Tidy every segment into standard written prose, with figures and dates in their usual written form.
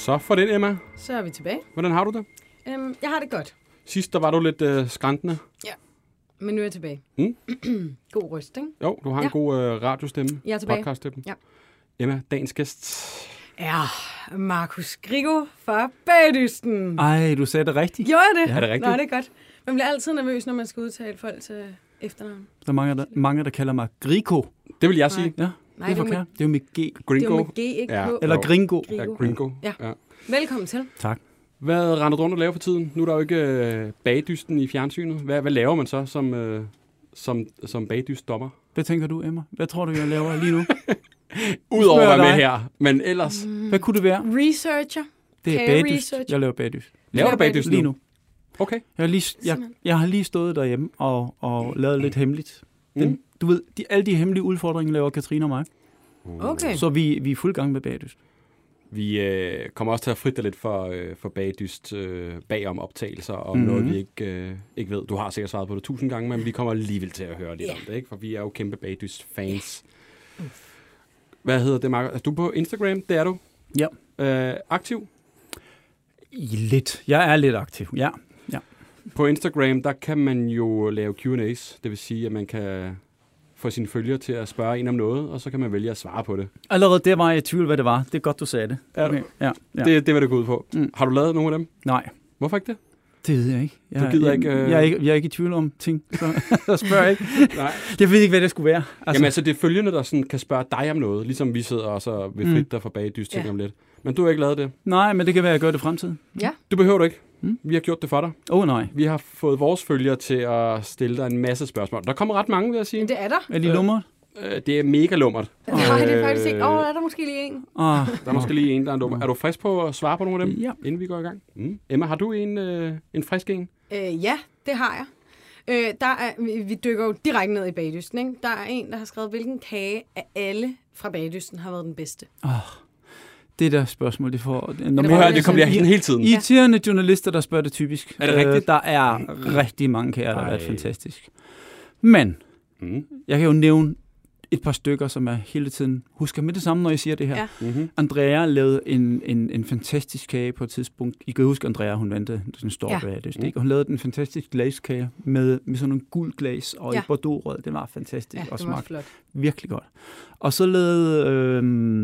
Så for den, Emma. Så er vi tilbage. Hvordan har du det? Jeg har det godt. Sidst der var du lidt skrantende. Ja, men nu er jeg tilbage. God røst, ikke? Jo, du har en god radiostemme. Jeg er tilbage. Podcaststemme. Ja. Emma, dagens gæst. Ja, Markus Grigo fra Bagdysten. Ej, du sagde det rigtigt. Gjorde jeg det? Ja, er det rigtigt? Nå, det er godt. Man bliver altid nervøs, når man skal udtale folk til efternavn. Der er mange, der kalder mig Grigo. Det vil jeg sige. Ja, Nej, det er forkert. Det er jo med G. Gringo. Det er jo med G, ikke Ja. K. Eller Gringo. Ja, Gringo. Ja. Velkommen til. Tak. Hvad render du rundt og laver for tiden? Nu er der jo ikke bagdysten i fjernsynet. Hvad laver man så som bagdystdommer? Hvad tænker du, Emma? Hvad tror du, jeg laver lige nu? Udover at være med dig. her, men ellers. Hvad kunne det være? Researcher. Det er Kage bagdyst. research. Jeg laver bagdyst. Laver du bagdyst Lige nu. Okay. Jeg har lige stået derhjemme og lavet lidt hemmeligt. Du ved, alle de hemmelige udfordringer laver Katrine og mig. Okay. Så vi er i fuld gang med bagdyst. Vi kommer også til at fritte lidt for bagdyst bagom optagelser om noget, vi ikke ved. Du har sikkert svaret på det 1000 gange, men vi kommer alligevel til at høre lidt om det, ikke? For vi er jo kæmpe bagdyst-fans. Hvad hedder det, Markus? Er du på Instagram? Det er du. Ja. Aktiv? Lidt. Jeg er lidt aktiv, ja. På Instagram, der kan man jo lave Q&A's. Det vil sige, at man kan få sine følgere til at spørge en om noget, og så kan man vælge at svare på det. Allerede der var jeg i tvivl, hvad det var. Det er godt, du sagde det. Okay. Ja. Det vil det gå ud på. Har du lavet nogle af dem? Nej. Hvorfor ikke det? Det ved jeg ikke. Du gider ikke... Jeg er ikke i tvivl om ting, så jeg spørger ikke. Nej. Jeg ved ikke, hvad det skulle være. Jamen altså, det er følgende, der sådan kan spørge dig om noget, ligesom vi sidder og så vil frit dig for bagdyst ting om lidt. Men du har ikke lavet det? Nej, men det kan være, at jeg gør det i fremtiden. Ja. Du behøver det ikke. Vi har gjort det for dig. Nej. Vi har fået vores følgere til at stille dig en masse spørgsmål. Der kommer ret mange, vil jeg sige. Men det er der. Er de lummert? Det er mega lummert. Nej, det er faktisk ikke. Er der måske lige en? Der er måske lige en, der er lummer. Er du frisk på at svare på nogle af dem, Ja. inden vi går i gang? Emma, har du en frisk en? Ja, det har jeg. Vi dykker jo direkte ned i bagdysten, ikke? Der er en, der har skrevet, hvilken kage af alle fra bagdysten har været den bedste. Det der spørgsmål, det får... Det kommer sådan hele tiden. Irriterende journalister, der spørger det typisk. Er det rigtigt? Der er rigtig mange kager, der har været fantastisk. Men jeg kan jo nævne et par stykker, som jeg hele tiden husker med det samme, når jeg siger det her. Ja. Andrea lavede en fantastisk kage på et tidspunkt. I kan huske, Andrea, hun vandt sådan en stor bagdyst. Hun lavede en fantastisk glaskage med sådan nogle guld glas og i bordeaux-rød. Det var fantastisk og smagte virkelig godt. Og så lavede...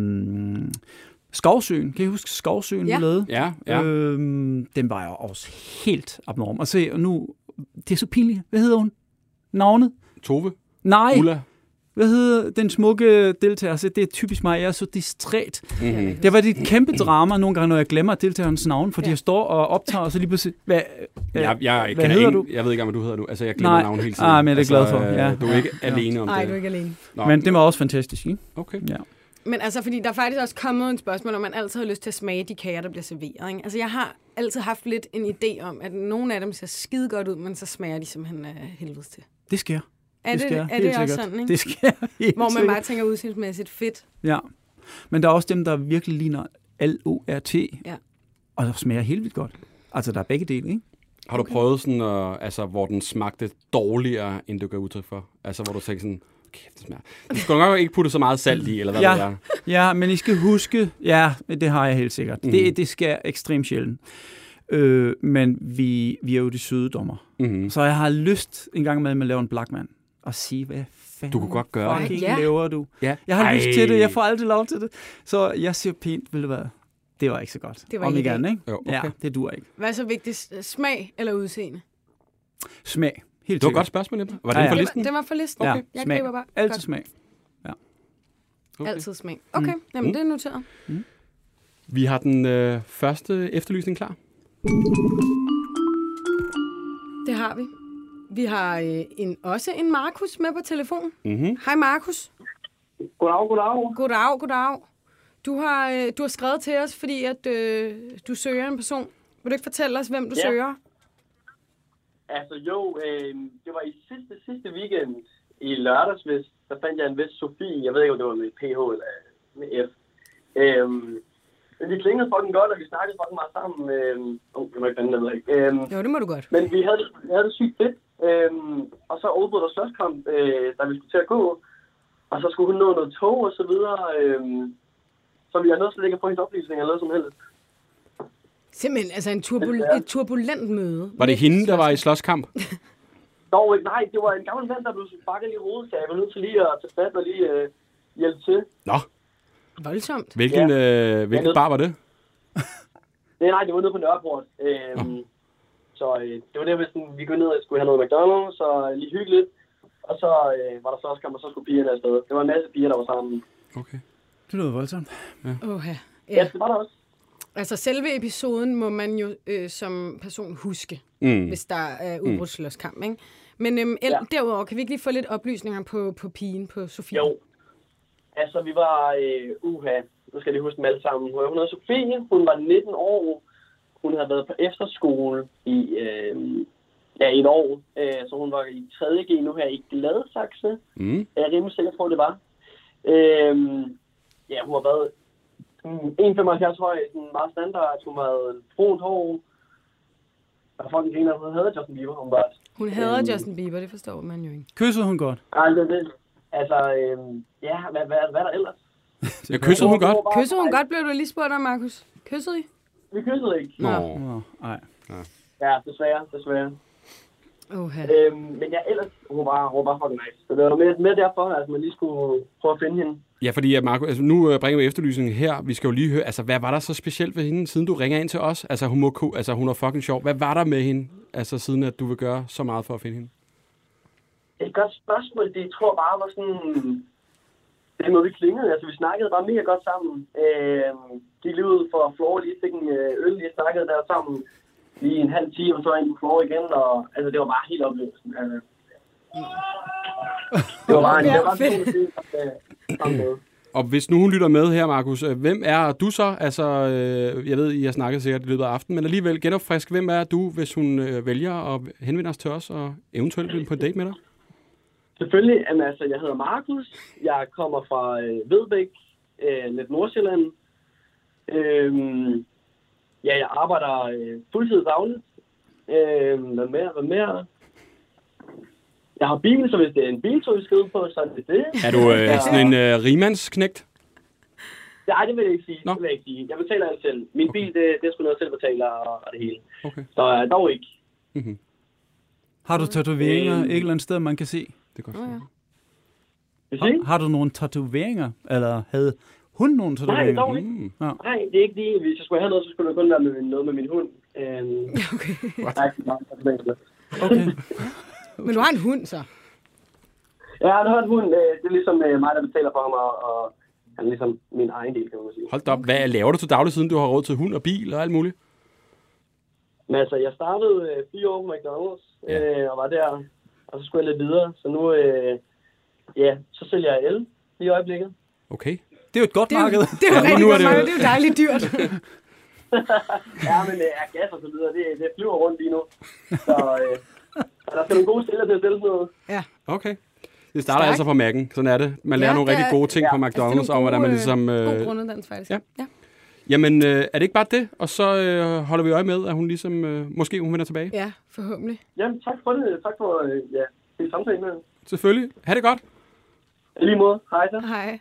Skovsøen. Kan I huske Skovsøen, vi lavede? Ja. Den var jo også helt abnorm. Og se, nu, det er så pinligt. Hvad hedder hun? Navnet? Tove? Nej. Ulla? Hvad hedder den smukke deltager? Så det er typisk mig, jeg er så distræt. Det var et kæmpe drama nogle gange, når jeg glemmer deltagerens navn, fordi jeg står og optager, og så lige pludselig... Hvad hedder du? Jeg ved ikke, hvad du hedder nu. Altså, jeg glemmer navn hele tiden. Men det er glad for. Du er ikke alene om det. Nej, du er ikke alene. Men det var også fantastisk, ikke? Okay. Ja. Men altså, fordi der er faktisk også kommet en spørgsmål, om man altid har lyst til at smage de kager, der bliver serveret. Ikke? Altså, jeg har altid haft lidt en idé om, at nogle af dem ser skide godt ud, men så smager de simpelthen af helvedes til. Det sker. Er det også sådan, ikke? Det sker helt hvor man sikkert. bare tænker udseendsmæssigt fedt. Ja, men der er også dem, der virkelig ligner LORT, og der smager helt vildt godt. Altså, der er begge dele, ikke? Har du prøvet sådan, hvor den smagte dårligere, end du gav udtryk for? Altså, hvor du tænker sådan... Kæft, det smager. Du skal nok ikke putte så meget salt i, eller hvad det er. Ja, men I skal huske... Ja, det har jeg helt sikkert. Det sker ekstremt sjældent. Men vi er jo de søde dommer. Så jeg har lyst en gang med at lave en Blackman og sige, hvad fanden du kunne godt gøre fucking laver du? Ja. Jeg har lyst til det, jeg får altid lov til det. Så jeg siger pænt, vil det være... Det var ikke så godt. Det var om ikke igen, ikke? Jo, okay. Ja, det duer ikke. Hvad er så vigtigt? Smag eller udseende? Smag. Helt det var et godt spørgsmål, Emma. Var det for listen? Det var for listen. Okay. Ja, jeg griber bare. Altid godt. smag. Ja. Okay. Altid smag. Okay, jamen det er noteret. Vi har den første efterlysning klar. Det har vi. Vi har også en Markus med på telefonen. Hej Markus. Goddag. Du har skrevet til os, fordi at du søger en person. Vil du ikke fortælle os, hvem du søger? Altså det var i sidste weekend i lørdags, der fandt jeg en vis Sofie. Jeg ved ikke, om det var med PH eller med F. Men vi klingede fucking godt, og vi snakkede fucking meget sammen. Jeg må ikke finde det, ikke? Jo, det må du godt. Men vi havde det sygt fedt. Og så udbrød der slåskamp, da vi skulle til at gå. Og så skulle hun nå noget tog og så videre. Så vi er nødt til at lægge på hendes oplysning eller noget som helst. Simpelthen, altså et turbulent møde. Var det hende, der var i slåskamp? Dog ikke, nej. Det var en gammel mand, der blev sparket i hovedet, så jeg var nødt til lige at tage fat og lige hjælpe til. Nå. Voldsomt. Hvilken bar var det? Nej, det var nede på Nørreport. Så det var der, vi gik ned og skulle have noget McDonald's, så lige hyggeligt. Og så var der slåskamp, og så skulle pigerne afsted. Det var en masse piger, der var sammen. Okay. Det lyder voldsomt. Ja, det var der også. Altså, selve episoden må man jo som person huske, hvis der er udbrudt slåskamp, ikke? Men derudover, kan vi ikke lige få lidt oplysninger på pigen, på Sofie? Jo. Altså, vi var nu skal jeg lige huske dem alle sammen. Hun hedder Sofie, hun var 19 år. Hun havde været på efterskole i et år. Så hun var i 3.G nu her i Gladsaxe. Jeg er rimelig sikker på, det var. Hun har været 1,75 høj, sådan meget standard. Hun havde brunt hår. Og fucking griner, hun havde Justin Bieber, åbenbart. Hun hader Justin Bieber, det forstår man jo ikke. Kyssede hun godt? Nej, det. Altså, hvad er der ellers? Ja, kyssede hun godt? Kyssede hun godt, blev du lige spurgt om, Markus. Kyssede I? Vi kyssede ikke. Nå. Nej. Ja, desværre. Men ellers, hun var fucking nice. Så det var mere derfor, at man lige skulle prøve at finde hende. Ja, fordi Marco, altså, nu bringer vi efterlysningen her. Vi skal jo lige høre, altså, hvad var der så specielt ved hende, siden du ringer ind til os? Altså, hun er fucking sjov. Hvad var der med hende, altså, siden at du vil gøre så meget for at finde hende? Et godt spørgsmål. Det tror jeg bare var sådan... Den måde, vi klingede. Altså, vi snakkede bare mega godt sammen. Gik lige ud for floor, lige fik en øl, lige snakkede der sammen lige en halv time, og så ind på floor igen, og altså, det var bare helt oplevelsen. Altså, det var bare en god tid. Og hvis nu hun lytter med her, Markus, hvem er du så? Altså, jeg ved, I har snakket sikkert i løbet af aftenen, men alligevel genopfrisk, hvem er du, hvis hun vælger at henvende os til os og eventuelt blive på en date med dig? Selvfølgelig. Altså, jeg hedder Markus. Jeg kommer fra Vedbæk, lidt Nordsjælland. Jeg arbejder fuldtid dagligt. Hvad mere? Jeg har bil, så hvis det er en biltur, vi skal ud på, så er det det. Er du sådan en rigmandsknægt? Nej, det vil jeg ikke sige. Det vil jeg ikke sige. Jeg betaler alt selv. Min bil, det er sgu noget selv betaler og det hele. Okay. Så dog ikke. Mm-hmm. Har du tatoveringer et eller andet sted, man kan se? Det kan Har du nogle tatoveringer? Eller havde hun nogle tatoveringer? Nej, dog ikke. Nej, det er ikke det. Hvis jeg skulle have noget, så skulle det kun være med noget med min hund. Okay. Men du har en hund, så? Ja, jeg har en hund. Det er ligesom mig, der betaler for ham, og han er ligesom min egen del, kan man sige. Hold da op. Hvad laver du til daglig, siden du har råd til hund og bil og alt muligt? Men altså, jeg startede 4 år på McDonald's, og var der, og så skulle jeg lidt videre. Så nu, så sælger jeg el i øjeblikket. Okay. Det er jo et godt marked. Det er jo rigtig godt marked. Det er jo dejligt dyrt. Ja, men gas og så videre, det flyver rundt lige nu. Så der skal nogle gode stiller til at sælge noget. Ja. Okay. Det starter altså fra Mac'en. Sådan er det. Man lærer nogle rigtig gode ting på McDonald's, og hvordan man ligesom... God grunduddannelse, faktisk. Ja. Jamen, er det ikke bare det? Og så holder vi øje med, at hun ligesom... måske hun vender tilbage. Ja, forhåbentlig. Jamen, tak for det. Tak for det samtale med. Selvfølgelig. Ha' det godt. I lige måde. Hej så. Hej.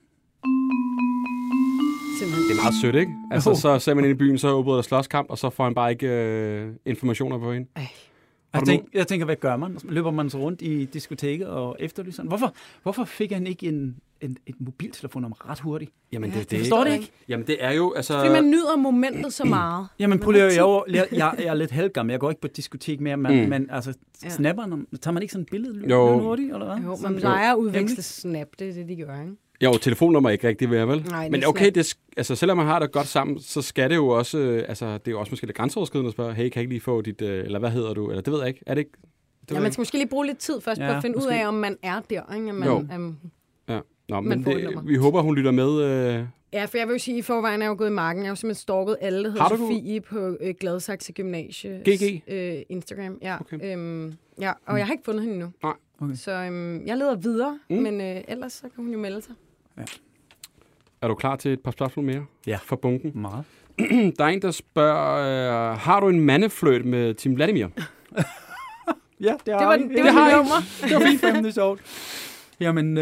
Det er meget sødt, ikke? Altså, så ser man ind i byen, så udbryder der slåskamp, og så får han bare ikke informationer på hende. Jeg tænker, hvad gør man? Løber man så rundt i diskoteket og efterlyser den? Hvorfor fik han ikke et mobiltelefonnummer ret hurtigt? Jamen, det forstår det ikke? Jamen, det er jo... Altså... Fordi man nyder momentet så meget. Jamen, jeg er lidt halvgammel. Jeg går ikke på diskotek mere, men altså, snapperen, tager man ikke sådan et billede hurtigt, eller hvad? Jo, man leger at udveksle snap. Det er det, de gør, ikke? Jo, telefonnummer er ikke rigtig ved, vel? Nej, men okay, selvom man har det godt sammen, så skal det jo også, det er jo også måske lidt grænseoverskridende at spørge, hey, kan jeg ikke lige få dit, eller hvad hedder du, eller det ved jeg ikke, er det ikke? Man skal måske lige bruge lidt tid først på at finde ud af, om man er der, ikke? Men vi håber, hun lytter med. Ja, for jeg vil jo sige, at i forvejen er jo gået i marken. Jeg har jo simpelthen stalket alle, der hedder Sofie på Gladsaxe Gymnasie. GG? Instagram, ja. Okay. Og jeg har ikke fundet hende endnu. Nej. Okay. Så jeg leder videre, men ellers så kan hun jo melde sig. Ja. Er du klar til et par spørgsmål mere? Ja. For bunken? Meget. Der er en, der spørger, har du en mandefløjt med Tim Vladimir? Ja, det har jeg. Det var fint for det sjovt. Jamen,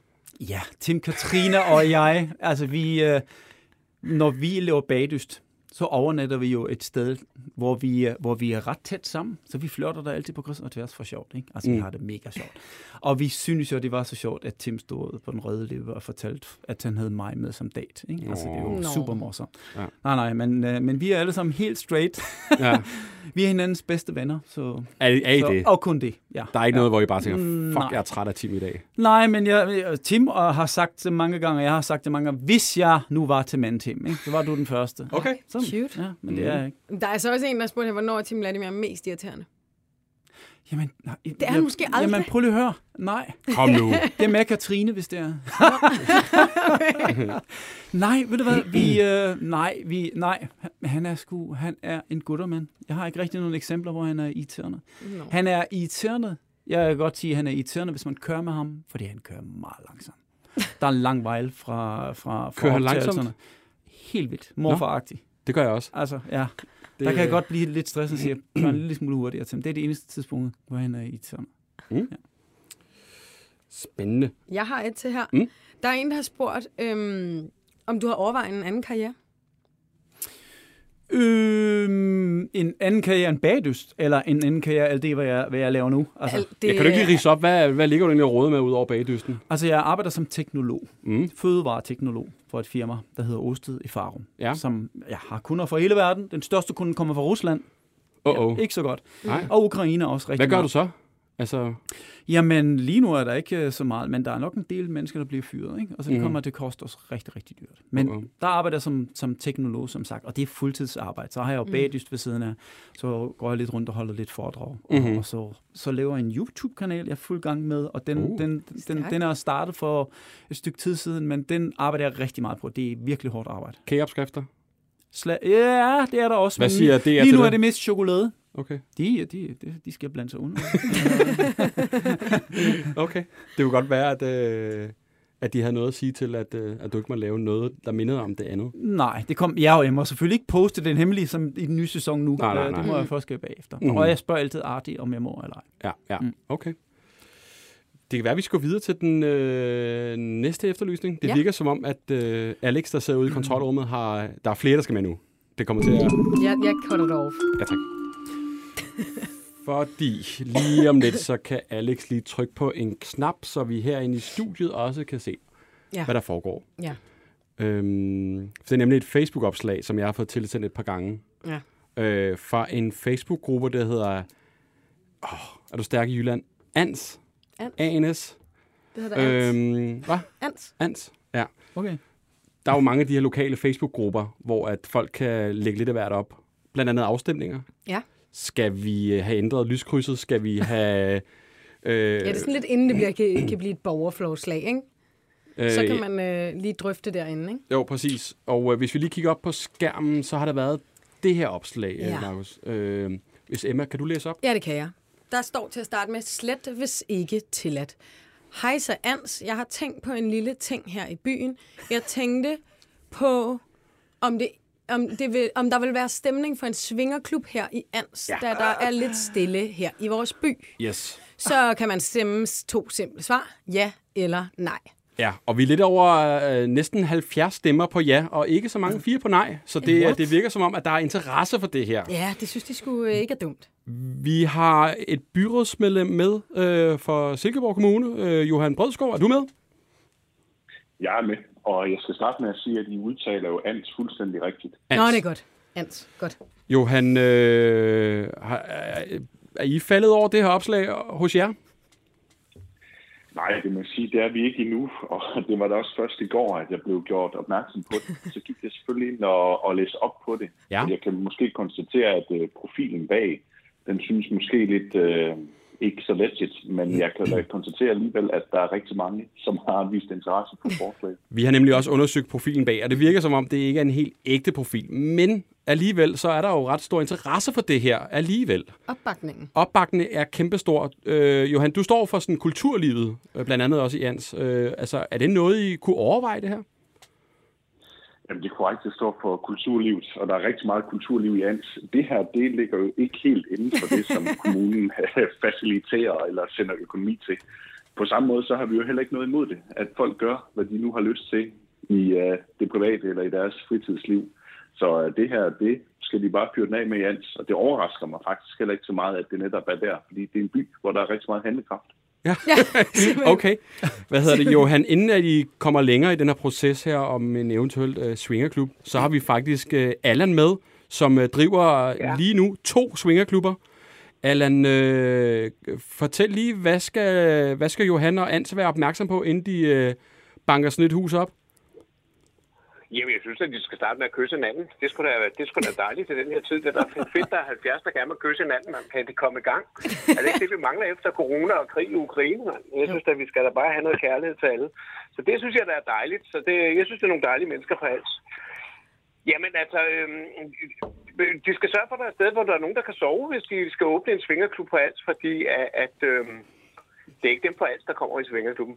Tim, Katrine og jeg, altså når vi laver bagdyst, så overnatter vi jo et sted, hvor vi er ret tæt sammen. Så vi flirter der altid på kryds og tværs for sjovt. Ikke? Altså, vi har det mega sjovt. Og vi synes jo, det var så sjovt, at Tim stod på den røde løber og fortalte, at han havde mig med som date. Ikke? Altså, det er jo super morsomt. Ja. Nej, men vi er alle sammen helt straight. Ja. Vi er hinandens bedste venner. Så, er I det? Og kun det, ja. Der er ikke noget, hvor I bare tænker, fuck, jeg er træt af Tim i dag. Nej, men Tim har sagt det mange gange, og jeg har sagt det mange gange, hvis jeg nu var til mand, Tim, ikke? Så var du den første. Okay. Cute. Ja, men det er ikke. Der er så også en, der spurgte, hvornår er Tim Vladimir mest irriterende? Jamen, nej, det er han måske aldrig. Jamen, prøv lige at høre. Nej. Kom nu. Det er med Katrine, hvis det er. Nej, ved du hvad? Nej. Han er en guttermand. Jeg har ikke rigtig nogle eksempler, hvor han er irriterende. No. Han er irriterende. Jeg kan godt sige, at han er irriterende, hvis man kører med ham, fordi han kører meget langsomt. Der er en lang vej fra kører han langsomt? Helt vildt. Morfaragtigt. Det gør jeg også. Altså, ja. Der kan jeg godt blive lidt stresset og sige, at jeg kører en lille smule hurtigere til ham. Det er det eneste tidspunkt, hvor han er irriterende. Ja. Spændende. Jeg har et til her. Der er en, der har spurgt, om du har overvejet en anden karriere? En anden karriere end bagdyst, eller en anden karriere, alt det, hvad jeg laver nu? Altså, jeg kan du ikke lige ridse op, hvad ligger du egentlig og råde med ud over bagdysten? Altså, jeg arbejder som teknolog, fødevareteknolog for et firma, der hedder Osted i Farum, som jeg har kunder fra hele verden. Den største kunde kommer fra Rusland. Ikke så godt. Og Ukraine også rigtig meget. Hvad gør du så? Altså... Jamen, lige nu er der ikke så meget, men der er nok en del mennesker, der bliver fyret, ikke? Og så det kommer til at koste os rigtig, rigtig dyrt. Men der arbejder jeg som teknolog, som sagt, og det er fuldtidsarbejde. Så har jeg jo bagdyst ved siden af, så går jeg lidt rundt og holder lidt foredrag. Og så laver jeg en YouTube-kanal, jeg er fuld gang med, og den er startet for et stykke tid siden, men den arbejder jeg rigtig meget på. Det er virkelig hårdt arbejde. Kageopskrifter? Ja, det er der også. Hvad siger det? Lige nu er det mest chokolade. Okay. De skal blande sig under. Okay. Det kunne godt være, at de havde noget at sige til, at du ikke må lave noget, der mindede om det andet. Nej, jeg må selvfølgelig ikke poste den hemmelige som i den nye sæson nu. Nej. Det må jeg først gøre bagefter. Og jeg spørger altid Arti, om jeg må eller ej. Ja. Okay. Det kan være, at vi skal gå videre til den næste efterlysning. Det virker som om, at Alex, der sidder ude i kontrolrummet, der er flere, der skal med nu. Det kommer til at... Jeg cutter det off. Ja, tak. Fordi lige om lidt, så kan Alex lige trykke på en knap, så vi herinde i studiet også kan se, hvad der foregår. Ja. For det er nemlig et Facebook-opslag, som jeg har fået tilsendt et par gange. Ja. Fra en Facebook-gruppe, der hedder... er du stærk i Jylland? ANS. ANS. Det hedder ANS. Hvad? ANS, ja. Okay. Der er jo mange af de her lokale Facebook-grupper, hvor at folk kan lægge lidt af hvert op. Blandt andet afstemninger. Ja. Skal vi have ændret lyskrydset? Skal vi have... det er sådan lidt inden det kan blive et borgerforslag, ikke? Så kan man lige drøfte derinde, ikke? Jo, præcis. Og hvis vi lige kigger op på skærmen, så har der været det her opslag, Markus. Hvis Emma, kan du læse op? Ja, det kan jeg. Der står til at starte med, slet hvis ikke tilladt. Hej så Ans, jeg har tænkt på en lille ting her i byen. Jeg tænkte på, om der vil være stemning for en svingerklub her i Ans, da der er lidt stille her i vores by. Yes. Så kan man stemme 2 simple svar, ja eller nej. Ja, og vi er lidt over næsten 70 stemmer på ja, og ikke så mange 4 på nej. Så det virker som om, at der er interesse for det her. Ja, det synes de skulle ikke er dumt. Vi har et byrådsmedlem med for Silkeborg Kommune. Johan Brødskov, er du med? Jeg er med, og jeg skal starte med at sige, at I udtaler jo Ans fuldstændig rigtigt. Ans. Nå, det er godt. Ans, godt. Johan, er I faldet over det her opslag hos jer? Nej, det må jeg sige, det er vi ikke endnu, og det var da også først i går, at jeg blev gjort opmærksom på det. Så gik jeg selvfølgelig ind og læste op på det. Ja. Jeg kan måske konstatere, at profilen bag, den synes måske lidt ikke så legit, men jeg kan da konstatere alligevel, at der er rigtig mange, som har vist interesse på forslaget. Vi har nemlig også undersøgt profilen bag, og det virker som om, det ikke er en helt ægte profil, men alligevel så er der jo ret stor interesse for det her alligevel. Opbakningen er kæmpestor. Johan, du står for sådan kulturlivet, blandt andet også i Ans. Altså, er det noget, I kunne overveje det her? Jamen, det er korrekt, det står for kulturlivet, og der er rigtig meget kulturliv i Ans. Det her, det ligger jo ikke helt inden for det, som kommunen faciliterer eller sender økonomi til. På samme måde, så har vi jo heller ikke noget imod det, at folk gør, hvad de nu har lyst til i det private eller i deres fritidsliv. Så det her, det skal de bare fyre den af med i Ans. Og det overrasker mig faktisk heller ikke så meget, at det netop er der. Fordi det er en by, hvor der er rigtig meget handlekraft. Ja, okay. Hvad hedder det, Johan? Inden at I kommer længere i den her proces her om en eventuel swingerklub, så har vi faktisk Allan med, som driver lige nu 2 swingerklubber. Allan, fortæl lige, hvad skal Johan og Ans være opmærksom på, inden de banker sådan et hus op? Jamen, jeg synes, at de skal starte med at kysse hinanden. Det skulle da dejligt til den her tid. Det er da fedt, der er 70, der gerne må kysse hinanden. Man kan det komme i gang. Er det ikke det, vi mangler efter corona og krig i Ukraine? Man? Jeg synes, at vi skal da bare have noget kærlighed til alle. Så det synes jeg, der er dejligt. Så jeg synes, det er nogle dejlige mennesker på Als. Jamen, altså, de skal sørge for, at der er et sted, hvor der er nogen, der kan sove, hvis de skal åbne en svingerklub på Als, fordi det er ikke dem på Als, der kommer i svingerklubben.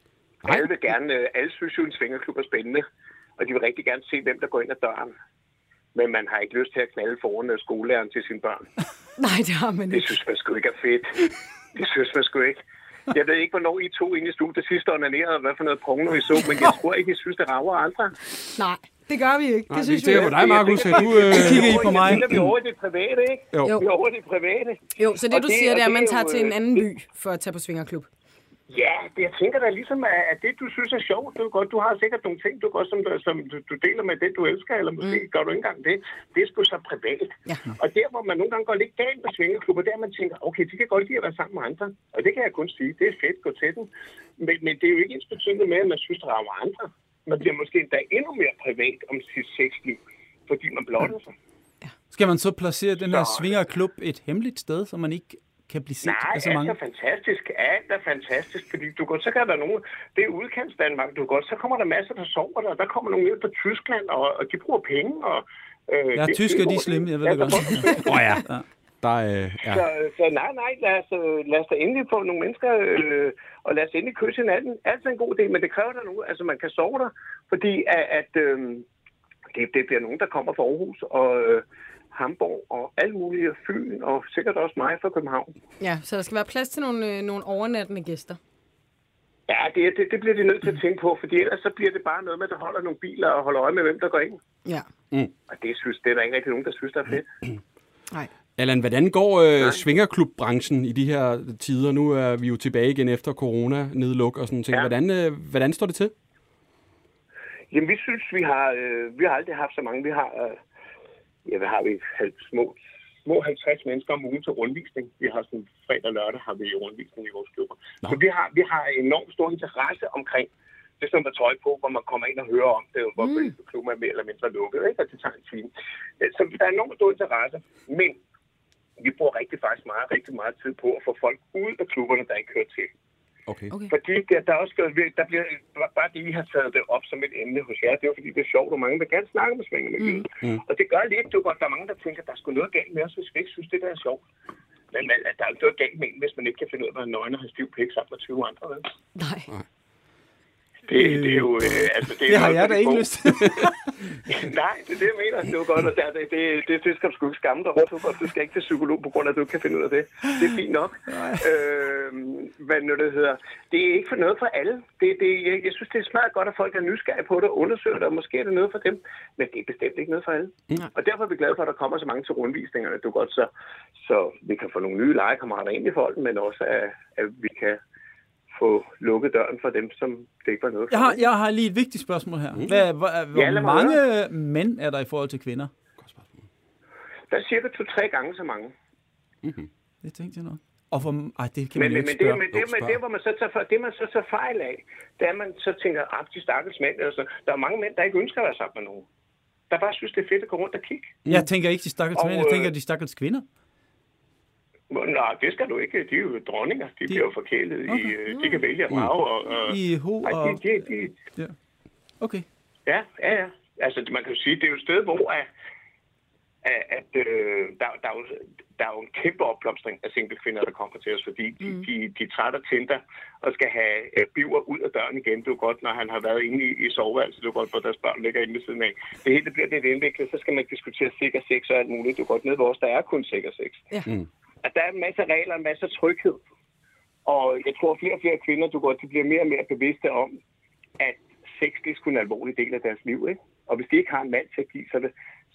Alle synes jo, en svingerklub er spændende. Og de vil rigtig gerne se, hvem der går ind ad døren. Men man har ikke lyst til at knalde foran skolelæreren til sine børn. Nej, det har man ikke. Det synes man sgu ikke er fedt. Det synes man sgu ikke. Jeg ved ikke, hvornår I to ind i studiet sidste onanerede, og hvad for noget porno I så, men jeg tror ikke, I synes, det rager andre. Nej, det gør vi ikke. Det synes vi ikke. Det er dig, Markus. Du kigger I på mig. Vi er over i det private, ikke? Jo. Vi er over i det private. Jo, så det du siger, det er, at man tager til en anden by for at tage på svingerklub. Ja, jeg tænker da ligesom, at det, du synes er sjovt, du har sikkert nogle ting, du du deler med det, du elsker, eller måske gør du ikke engang det. Det er sgu så privat. Ja. Og der, hvor man nogle gange går lidt galt med svingerklubber, der man tænker, okay, de kan godt lide at være sammen med andre. Og det kan jeg kun sige, det er fedt, gå til den. Men det er jo ikke ensbetydende med, at man synes, der er andre. Man bliver måske endda endnu mere privat om sit sexliv, fordi man blotter sig. Ja. Skal man så placere den her svingerklub et hemmeligt sted, så man ikke kan blive set af så mange? Alt er fantastisk. Alt er fantastisk, fordi så kan der nogen, det er udkantsdanmark, så kommer der masser, der sover der, og der kommer nogen ned fra Tyskland, og de bruger penge, og... tysker, de er slemme, jeg ved det godt. Ja. Så nej, lad os da endelig få nogle mennesker, og lad os endelig kysse hinanden. Alt er en god idé, men det kræver der nu, altså man kan sove der, fordi det bliver nogen, der kommer fra Aarhus, og... Hamburg og alt muligt, Fyn og sikkert også mig fra København. Ja, så der skal være plads til nogle overnattende gæster. Ja, det bliver de nødt til at tænke på, fordi ellers så bliver det bare noget med, at der holder nogle biler og holder øje med, hvem der går ind. Ja. Og det er der ikke rigtig nogen, der synes, der er fedt. Nej. Allan, hvordan går svingerklub-branchen i de her tider? Nu er vi jo tilbage igen efter corona-nedluk og sådan ting. Ja. Hvordan står det til? Jamen, vi synes, vi har aldrig haft så mange. Vi har... hvad har vi? Små 50 mennesker om ugen til rundvisning. Vi har sådan fredag og lørdag har vi rundvisning i vores klubber. Så vi har enormt stor interesse omkring det, som der tøj på, hvor man kommer ind og hører om det, hvor klubben er mere eller mindre lukket, ikke? Og det tager en time. Så der er enormt stor interesse, men vi bruger rigtig meget tid på at få folk ud af klubberne, der ikke hører til. Okay. Fordi der bliver bare det, I har taget det op som et emne hos jer, det er jo fordi, det er sjovt, og mange vil gerne snakke med svingermiljøet. Og det gør lidt, der er mange, der tænker, der er sgu noget galt med os, hvis vi ikke synes, det der er sjovt. Men der er jo noget galt med en, hvis man ikke kan finde ud af, at man nøgen og har stiv pik sammen med 20 andre. Vel? Nej. Det er jo... det har jeg da ikke lyst til. Nej, det er det, jeg mener. Det er jo godt, og det skal du sgu ikke skamme dig over. Du skal ikke til psykolog, på grund af, at du ikke kan finde ud af det. Det er fint nok. Hvad nu det hedder. Det er ikke for noget for alle. Jeg synes, det er smart godt, at folk er nysgerrige på det og undersøger det, og måske er det noget for dem. Men det er bestemt ikke noget for alle. Og derfor er vi glade for, at der kommer så mange til rundvisningerne. Det er godt, så vi kan få nogle nye legekammerater ind i folden, men også, at vi kan få lukket døren for dem, som det ikke var noget for. Jeg har lige et vigtigt spørgsmål her. Hvor mange mænd er der i forhold til kvinder? Der er cirka 2-3 gange så mange. Det tænkte jeg nok. Og det kan man jo ikke spørge. Det man så tager fejl af, det er, at man så tænker, de stakkels mænd. Altså, der er mange mænd, der ikke ønsker at være sammen med nogen. Der bare synes, det er fedt at gå rundt og kigge. Jeg tænker ikke de stakkels mænd, jeg tænker de stakkels kvinder. Nej, det skal du ikke. De er jo dronninger. De bliver jo forkælet. De kan vælge at brage. I ho og... Ja. Okay. Ja. Altså, man kan jo sige, det er jo et sted, hvor der er jo en kæmpe opblomstring af single kvinder, der kommer til os, fordi de trætter Tinder og skal have biver ud af døren igen. Det er jo godt, når han har været inde i soveværelset. Det er jo godt, hvor deres børn ligger inde ved siden af. Det hele bliver lidt indviklet, så skal man diskutere sikker sex og alt muligt. Det er jo godt, nede vores, der er kun sikker sex. Ja. At der er en masse regler, en masse tryghed. Og jeg tror, at flere og flere kvinder, de bliver mere og mere bevidste om, at sex det er sgu en alvorlig del af deres liv, ikke? Og hvis de ikke har en mand til at give,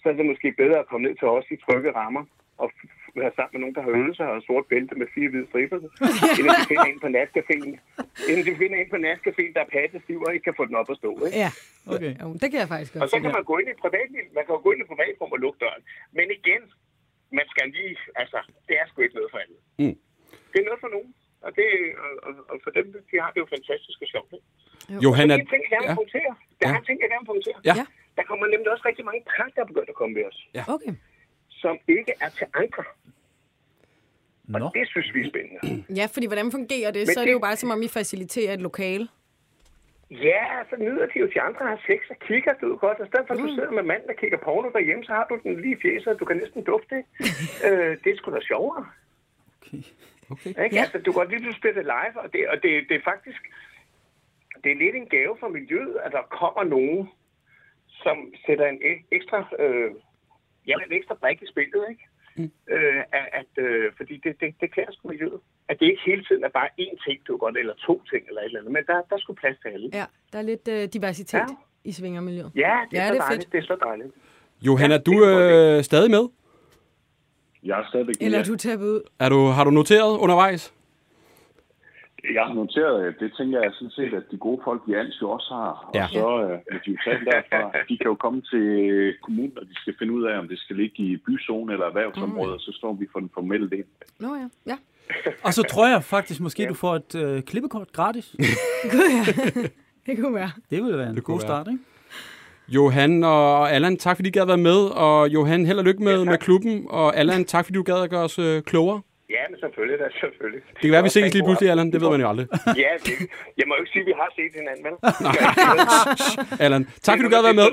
så er det måske bedre at komme ned til os i trygge rammer og være sammen med nogen, der har øvet sig og sort bælte med 4 hvide striber, inden de finder en på natcaféen. Inden de finder en på natcaféen, der er pattestiv og ikke kan få den op at stå. Ikke? Ja, okay. Det kan jeg faktisk godt. Og så kan man gå ind i privatliv. Man kan gå ind i privatrum og lukke døren. Men igen, man skal lige, altså, det er sgu ikke noget for alle. Mm. Det er noget for nogen. Og for dem, de har det jo fantastisk og sjovt. Johan, der er en ting, jeg gerne vil punktere. Ja. Der kommer nemlig også rigtig mange par, der er begyndt at komme ved os. Ja. Okay. Som ikke er til andre. Og det synes vi er spændende. Ja, fordi hvordan fungerer det? Så er det jo bare som om, I faciliterer et lokale. Ja, så nyder de jo til andre har sex og kigger, du godt. Og i stedet for, at du sidder med manden, der kigger porno derhjemme, så har du den lige i fjeset, og du kan næsten dufte. Det er sgu da sjovere. Okay. Ikke? Ja. Altså, du kan godt lige spille det live, og det er faktisk... Det er lidt en gave for miljøet, at der kommer nogen, som sætter en ekstra... en ekstra brik i spillet, ikke? Fordi det klæder sgu miljøet. At det ikke hele tiden er bare én ting, du godt, eller 2 ting, eller et eller andet. Men der er sgu plads til alle. Ja, der er lidt diversitet i svingermiljøet. Ja, det er dejligt. Fedt. Det er så dejligt. Johan, er du stadig med? Jeg er stadigvæk med. Eller er du taget ud? Har du noteret undervejs? Jeg har noteret, det tænker jeg sådan set, at de gode folk i Ans jo også har. Ja. Og så vil de jo tage derfra. De kan jo komme til kommunen, og de skal finde ud af, om det skal ligge i byzone eller erhvervsområde, og så står vi for den formelle del. Nå ja. Og så tror jeg faktisk, måske du får et klippekort gratis. Gud ja, det kunne være. Det ville være en god start, ikke? Johan og Allan, tak fordi I gad at være med. Og Johan, held og lykke med klubben. Og Allan, tak fordi du gad at gøre os klogere. Ja, men selvfølgelig. Det kan være, vi ses lige pludselig, Allan. Det ved man jo aldrig. Ja, jeg må jo ikke sige, at vi har set hinanden, vel? Nej. Allan, tak fordi du gad at være med.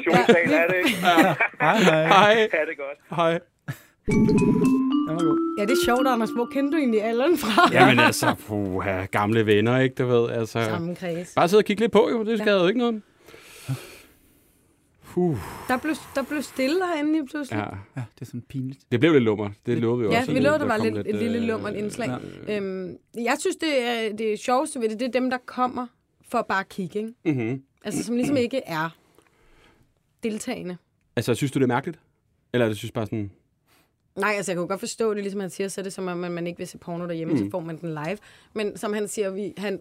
Hej. Ha' det godt. Hej. Ja, det er sjovt, Anders. Hvor kender du egentlig Allan fra? Jamen altså, gamle venner, ikke? Du ved, altså. Samme kreds. Bare sidde og kigge lidt på, jo. Det skal jo ikke noget. Der blev stille herinde lige pludselig. Ja, det er sådan pinligt. Det blev lidt lummer. Det lovede vi også. Ja, vi lovede, der var et lille lummert indslag. Ja. Jeg synes, det sjoveste ved det er dem, der kommer for bare at kigge, ikke? Mm-hmm. Altså, som ligesom ikke er deltagende. Altså, synes du, det er mærkeligt? Eller du synes bare sådan... Nej, altså jeg kan jo godt forstå det, ligesom han siger, så er det som om, man ikke vil se porno derhjemme, så får man den live. Men som han siger, han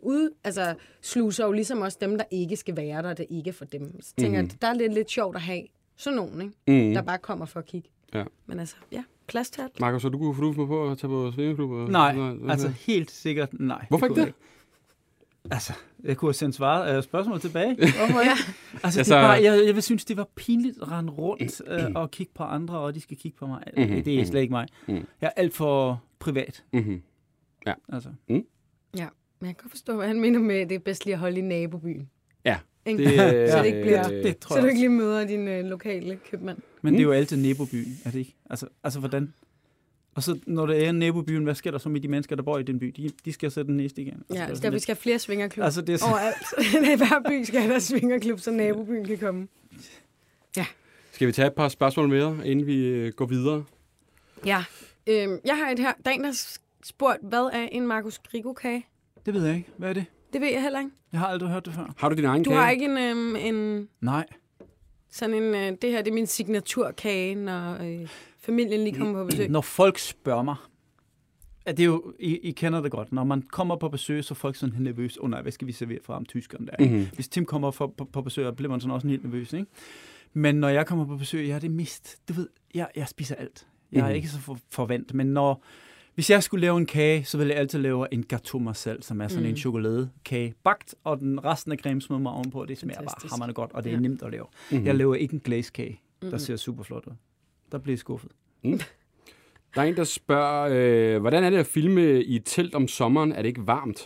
sluser jo ligesom også dem, der ikke skal være der, det ikke for dem. Så tænker jeg, der er lidt sjovt at have sådan nogen, ikke? Der bare kommer for at kigge. Ja. Men altså, plads til alt. Markus, så du kunne få på at tage på svingerklub? Nej, altså helt sikkert nej. Hvorfor ikke det? Altså, jeg kunne have sendt spørgsmål tilbage. Altså, det er bare, jeg vil synes, det var pinligt at rende rundt og kigge på andre, og de skal kigge på mig. Det er slet ikke mig. Jeg er alt for privat. Ja. Altså. Ja, men jeg kan godt forstå, hvad han mener med, at det er bedst lige at holde i nabobyen. Ja. Så det ikke bliver, så du ikke lige møder din lokale købmand. Men det er jo altid nabobyen, er det ikke? Altså hvordan? Og så når det er en nabobyen, hvad sker der så med de mennesker, der bor i den by? De skal sætte den næste igen. Ja, vi skal have flere svingerklub. Altså, det er overalt. I hver by skal have der svingerklub, så nabobyen kan komme. Ja. Skal vi tage et par spørgsmål mere, inden vi går videre? Ja. Jeg har et her. Der er en, der har spurgt, hvad er en Markus Grigo-kage? Det ved jeg ikke. Hvad er det? Det ved jeg heller ikke. Jeg har aldrig hørt det før. Har du din egen kage? Du har ikke en... Nej. Sådan en... det her, det er min signaturkage, når familien lige kommer på besøg. Når folk spørger mig, det er jo, I kender det godt, når man kommer på besøg, så er folk sådan helt nervøs. Nej, hvad skal vi servere for ham, tyskeren der? Hvis Tim kommer på besøg, så bliver man sådan også helt nervøs, ikke? Men når jeg kommer på besøg, jeg er det mest... Du ved, jeg spiser alt. Jeg er ikke så forvant, men hvis jeg skulle lave en kage, så ville jeg altid lave en gâteau Marcel, som er sådan en chokoladekage bagt, og den resten af cremesmedden ovenpå, det smager bare hammerende godt, og det er nemt at lave. Jeg laver ikke en glazekage, der ser super flot ud. Der bliver jeg skuffet. Der er en, der spørger, hvordan er det at filme i et telt om sommeren? Er det ikke varmt?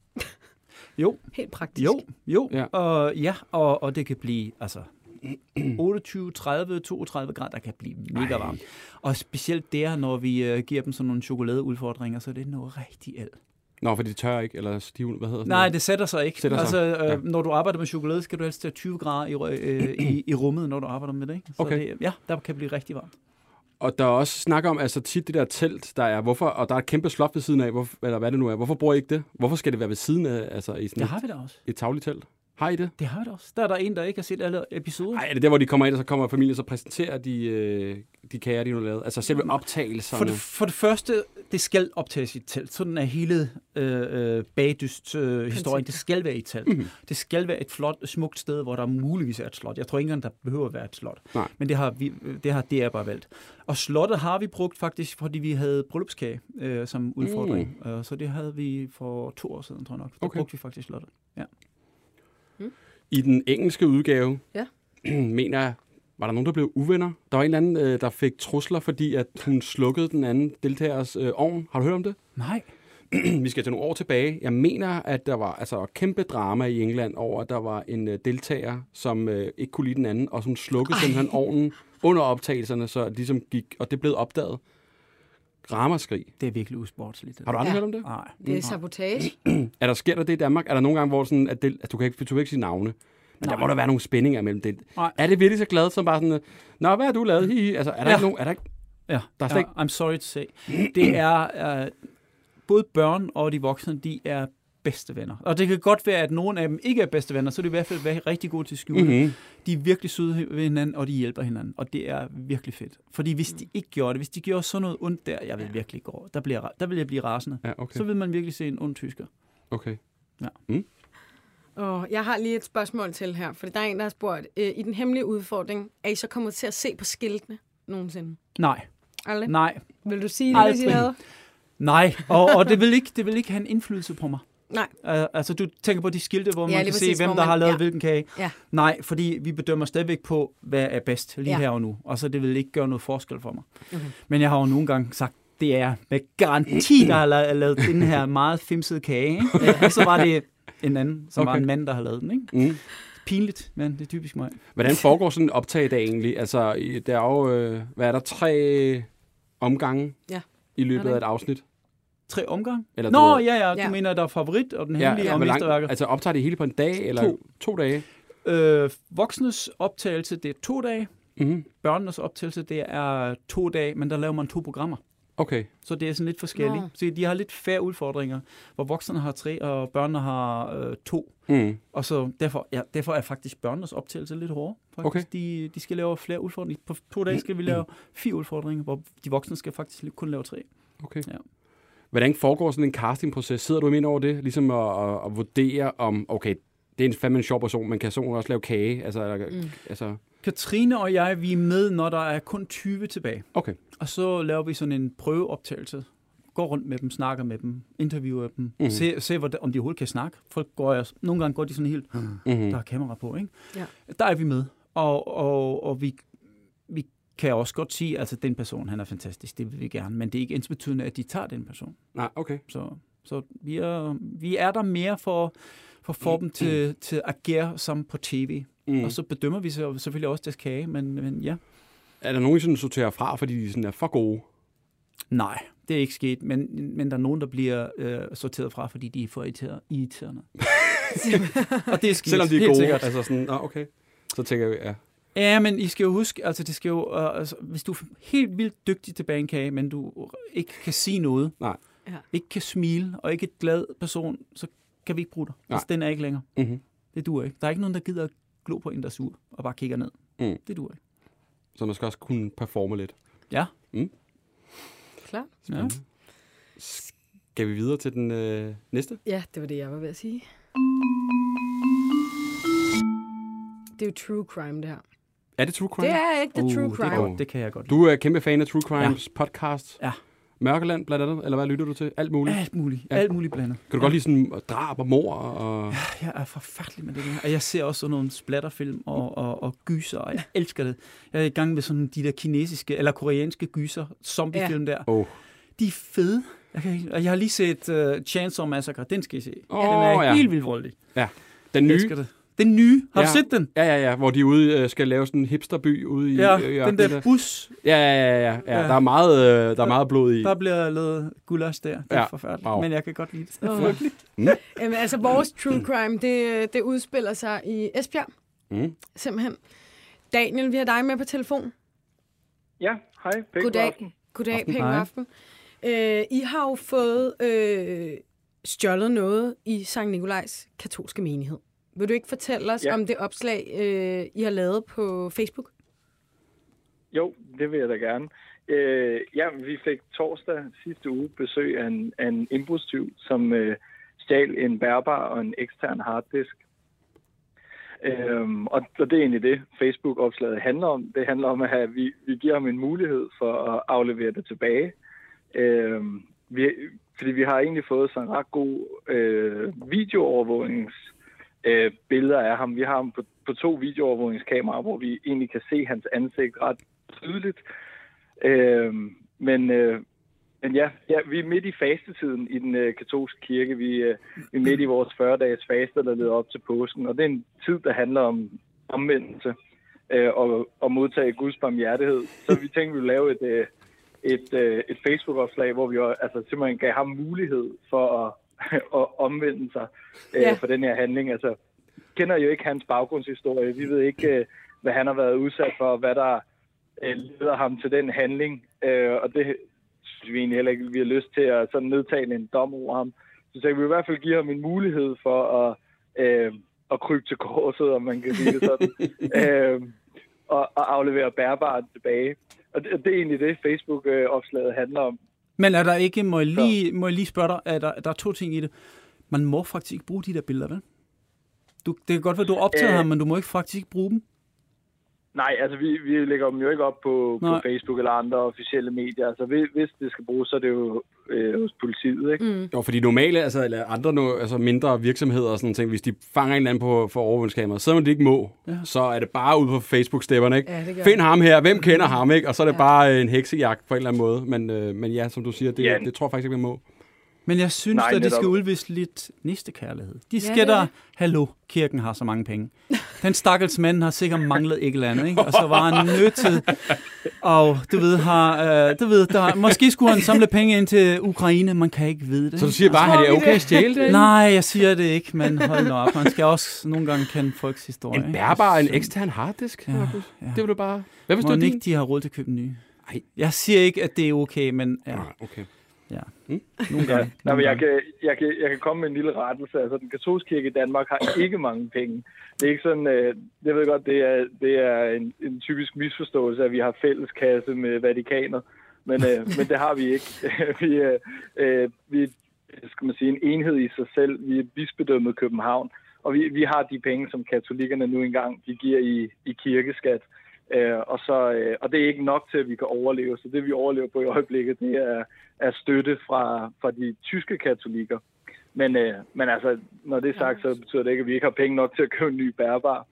Jo. Helt praktisk. Jo. Ja. Og det kan blive, 28, 30, 32 grader, der kan blive mega varmt. Og specielt der, når vi giver dem sådan nogle chokoladeudfordringer, så er det noget rigtig el. Nå, for de tør ikke, eller stiv, hvad hedder det? Nej, det sætter sig ikke. Ja. Når du arbejder med chokolade, skal du helst have 20 grader i rummet, når du arbejder med det, ikke? Så okay. Der kan blive rigtig varmt. Og der er også snak om, tit det der telt, der er, og der er et kæmpe slot ved siden af, eller hvad det nu er. Hvorfor bruger I ikke det? Hvorfor skal det være ved siden af, i sådan det har vi da også. Et tagligt telt? Har I det? Det har det også. Der er der en, der ikke har set alle episoder. Nej, er det der, hvor de kommer ind, og så kommer familien, så præsenterer de kager, de nu har lavet? Altså selve optagelserne? For det første, det skal optages i et telt. Sådan er hele bagdyst-historien. Det skal være i et telt. Mm-hmm. Det skal være et flot, smukt sted, hvor der muligvis er et slot. Jeg tror ikke engang, der behøver at være et slot. Nej. Men det har DR bare valgt. Og slottet har vi brugt faktisk, fordi vi havde bryllupskage som udfordring. Så det havde vi for 2 år siden, tror jeg nok. Der brugte vi faktisk slottet. Ja. I den engelske udgave, mener jeg, var der nogen, der blev uvenner? Der var en eller anden, der fik trusler, fordi at hun slukkede den anden deltagers ovn. Har du hørt om det? Nej. Vi skal til nogle år tilbage. Jeg mener, at der var kæmpe drama i England over, at der var en deltager, som ikke kunne lide den anden, og som slukkede simpelthen ovnen under optagelserne, så det ligesom gik, og det blev opdaget. Ramaskrig. Det er virkelig usportsligt. Har du aldrig hørt om det? Nej. Det er sabotage. Sker der det i Danmark? Er der nogle gange, hvor sådan, at du kan ikke sige navne? Men der må der være nogle spændinger mellem det. Nej. Er det virkelig så glad, som bare sådan, nå, hvad har du lavet? Altså, er der ikke nogen? Er der ikke? Ja, der er ikke... I'm sorry to say. Det er både børn og de voksne, de er bedste venner. Og det kan godt være, at nogle af dem ikke er bedste venner, så er det i hvert fald rigtig gode til at skjule. Mm-hmm. De er virkelig søde ved hinanden, og de hjælper hinanden. Og det er virkelig fedt. Fordi hvis de ikke gjorde det, hvis de gjorde sådan noget ondt der, jeg vil virkelig gå. Der vil jeg blive rasende. Ja, okay. Så vil man virkelig se en ond tysker. Okay. Ja. Og jeg har lige et spørgsmål til her, for der er en, der har spurgt, i den hemmelige udfordring, er I så kommet til at se på skiltene nogensinde? Nej. Aldrig? Nej. Vil du sige det, hvis I havde? Nej, og det vil ikke have en indflydelse på mig. Nej. Altså, du tænker på de skilte, hvor man kan se, hvem der har lavet hvilken kage. Ja. Nej, fordi vi bedømmer stadigvæk på, hvad er bedst lige her og nu. Og så det vil ikke gøre noget forskel for mig. Okay. Men jeg har jo nogle gange sagt, det er med garanti, der har lavet den her meget fimsede kage. Ikke? Og så var det en anden, som var en mand, der har lavet den. Ikke? Mm. Pinligt, men det er typisk mig. Hvordan foregår sådan en optag i dag egentlig? Altså, der er jo, hvad er der, 3 omgange i løbet af et afsnit? 3 omgange? Eller ja. Du mener, der er favorit og den hemmelige og mesterværker. Altså optager det hele på en dag eller 2 dage? Voksnes optagelse, det er 2 dage. Mm-hmm. Børnenes optagelse, det er 2 dage, men der laver man 2 programmer. Okay. Så det er sådan lidt forskelligt. Så de har lidt færre udfordringer, hvor voksne har 3, og børnene har 2. Mm. Og så derfor er faktisk børnenes optagelse lidt hårdere. Okay. De skal lave flere udfordringer. På 2 dage skal vi lave 4 udfordringer, hvor de voksne skal faktisk kun lave 3. Okay. Ja. Hvordan foregår sådan en castingproces? Sidder du ind over det, ligesom at vurdere om, okay, det er en fandme en sjov person, men kan personen også lave kage? Altså... Katrine og jeg, vi er med, når der er kun 20 tilbage. Okay. Og så laver vi sådan en prøveoptagelse. Går rundt med dem, snakker med dem, interviewer dem, se om de overhovedet kan snakke. Nogle gange går de sådan helt, der er kamera på, ikke? Ja. Der er vi med. Og vi kan også godt sige, altså den person, han er fantastisk, det vil vi gerne, men det er ikke ensbetydende, at de tager den person. Nej, okay. Så vi er der mere for at få dem til at agere som på tv. Og så bedømmer vi selvfølgelig også deres kage, men ja. Er der nogen, som sorterer fra, fordi de sådan er for gode? Nej, det er ikke sket, men der er nogen, der bliver sorteret fra, fordi de er for irriterende. Og det er sket. Selvom de er gode? Sikkert. Altså sådan, okay. Så tænker vi, ja. Ja, men I skal jo huske, altså det skal jo, hvis du er helt vildt dygtig til bagekage, men du ikke kan sige noget, ikke kan smile, og ikke et glad person, så kan vi ikke bruge dig. Altså, den er ikke længere. Mm-hmm. Det duer ikke. Der er ikke nogen, der gider at glo på en, der er sur, og bare kigger ned. Mm. Det duer ikke. Så man skal også kunne performe lidt. Ja. Mm. Klar. Ja. Skal vi videre til den næste? Ja, det var det, jeg var ved at sige. Det er jo true crime, det her. Er det true crime? Det er ikke det true crime. Det kan jeg godt. Du er kæmpe fan af True Crimes podcast. Ja. Mørkeland blandt andet, eller hvad lytter du til? Alt muligt? Alt muligt. Ja. Alt muligt blandet. Kan du godt lide sådan drab og mord? Og... Ja, jeg er forfærdelig med det der. Og jeg ser også sådan nogle splatterfilm og gyser, og jeg elsker det. Jeg er i gang med sådan de der kinesiske eller koreanske gyser, zombiefilm der. De er fede. Jeg har lige set Chainsaw Massacre. Den skal I se. Den er helt vildt voldelig. Ja. Den nye? Den nye. Har du set den? Ja. Hvor de ude skal lave sådan en hipsterby ude i... Ja, den der bus. Ja. Der er meget blod i. Der bliver lavet gulas der. Det er forfærdeligt. Wow. Men jeg kan godt lide det. Det er frygteligt. Jamen, altså, vores true crime, det udspiller sig i Esbjerg. Mm. Simpelthen. Daniel, vi har dig med på telefon. Ja, hej. Goddag, pæn aften. I har jo fået stjålet noget i Sankt Nikolajs katolske menighed. Vil du ikke fortælle os om det opslag, I har lavet på Facebook? Jo, det vil jeg da gerne. Vi fik torsdag sidste uge besøg af en indbrudstyv, som stjal en bærbar og en ekstern harddisk. Og det er egentlig det, Facebook-opslaget handler om. Det handler om, at vi giver ham en mulighed for at aflevere det tilbage. Fordi vi har egentlig fået sådan en ret god videoovervågningsbilleder af ham. Vi har ham på 2 videoovervågningskameraer, hvor vi egentlig kan se hans ansigt ret tydeligt. Men vi er midt i fastetiden i den katolske kirke. Vi er midt i vores 40-dages faste, der leder op til påsken. Og det er en tid, der handler om omvendelse og modtage Guds barmhjertighed. Så vi tænkte, vi ville lave et Facebook-opslag, hvor vi simpelthen gav ham mulighed for at omvende sig for den her handling. Altså, vi kender jo ikke hans baggrundshistorie. Vi ved ikke, hvad han har været udsat for, hvad der leder ham til den handling. Og det synes vi egentlig heller ikke, vi har lyst til at sådan nedtage en dom over ham. Så vi vil i hvert fald give ham en mulighed for at krybe til korset, om man kan sige det sådan, og aflevere bærbart tilbage. Og det er egentlig det, Facebook-opslaget handler om. Men er der ikke, må jeg lige spørge dig, der er 2 ting i det. Man må faktisk ikke bruge de der billeder, vel? Det kan godt være, du optager ham, men du må ikke faktisk ikke bruge dem. Nej, altså vi lægger dem jo ikke op på Facebook eller andre officielle medier. Altså hvis det skal bruges, så er det jo hos politiet, ikke? Jo, fordi normale, eller andre mindre virksomheder og sådan ting, hvis de fanger en eller anden for overvågningskamera, så man det ikke må, så er det bare ude på Facebook-stepperne, ikke? Ja, find ham her, hvem kender ham, ikke? Og så er det bare en heksejagt på en eller anden måde. Men ja, som du siger, det tror jeg faktisk ikke, man må. Men jeg synes, at de skal udvise lidt næstekærlighed. De skal hallo, kirken har så mange penge. Den stakkels mand har sikkert manglet et eller andet, ikke? Og så var han nødt til, og måske skulle han samle penge ind til Ukraine, man kan ikke vide det. Så du siger bare, at det er okay at stjæle det? Nej, jeg siger det ikke, men hold nu op. Man skal også nogle gange kende folks historie. En bærbar, en ekstern harddisk? Ja. Det vil du bare... Hvad hvis du ikke, de har råd til at købe en ny? Nej. Jeg siger ikke, at det er okay, men... Ja. Okay. Ja. Jeg kan komme med en lille rettelse. Altså, den katolske kirke i Danmark har ikke mange penge. Det er ikke sådan, jeg ved godt, det er en typisk misforståelse, at vi har fælleskasse med Vatikanet, men det har vi ikke. Vi er skal man sige, en enhed i sig selv. Vi er bispedømmet København, og vi har de penge, som katolikkerne nu engang de giver i kirkeskat. Og det er ikke nok til, at vi kan overleve. Så det, vi overlever på i øjeblikket, det er støtte fra de tyske katolikker. Men altså, når det er sagt, så betyder det ikke, at vi ikke har penge nok til at købe en ny bærbar.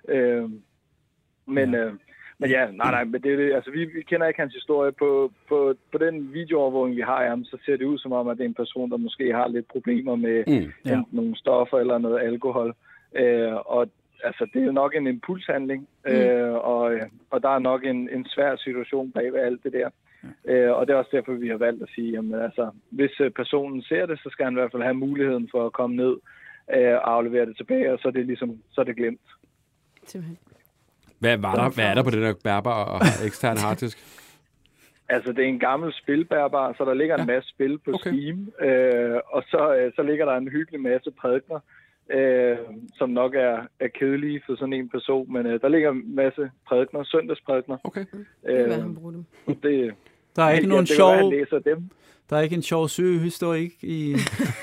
Men det, altså, vi kender ikke hans historie. På den videoovervågning, vi har af ham, så ser det ud som om, at det er en person, der måske har lidt problemer med nogle stoffer eller noget alkohol. Og altså, det er jo nok en impulshandling, og der er nok en svær situation bag ved alt det der. Og det er også derfor, vi har valgt at sige, jamen altså, hvis personen ser det, så skal han i hvert fald have muligheden for at komme ned og aflevere det tilbage, og så er det ligesom, så er det glemt. Simpelthen. Hvad er der på den der bærbar og ekstern harddisk? Altså, det er en gammel spilbærbar, så der ligger en masse spil på Steam, og så ligger der en hyggelig masse prædikener, som nok er kedelige for sådan en person, men der ligger en masse prædikener, søndagsprædikener. Okay. Det vil han bruge dem. Der er ikke nogen sjov... Han læser dem. Der er ikke en sjov søgehistorik i...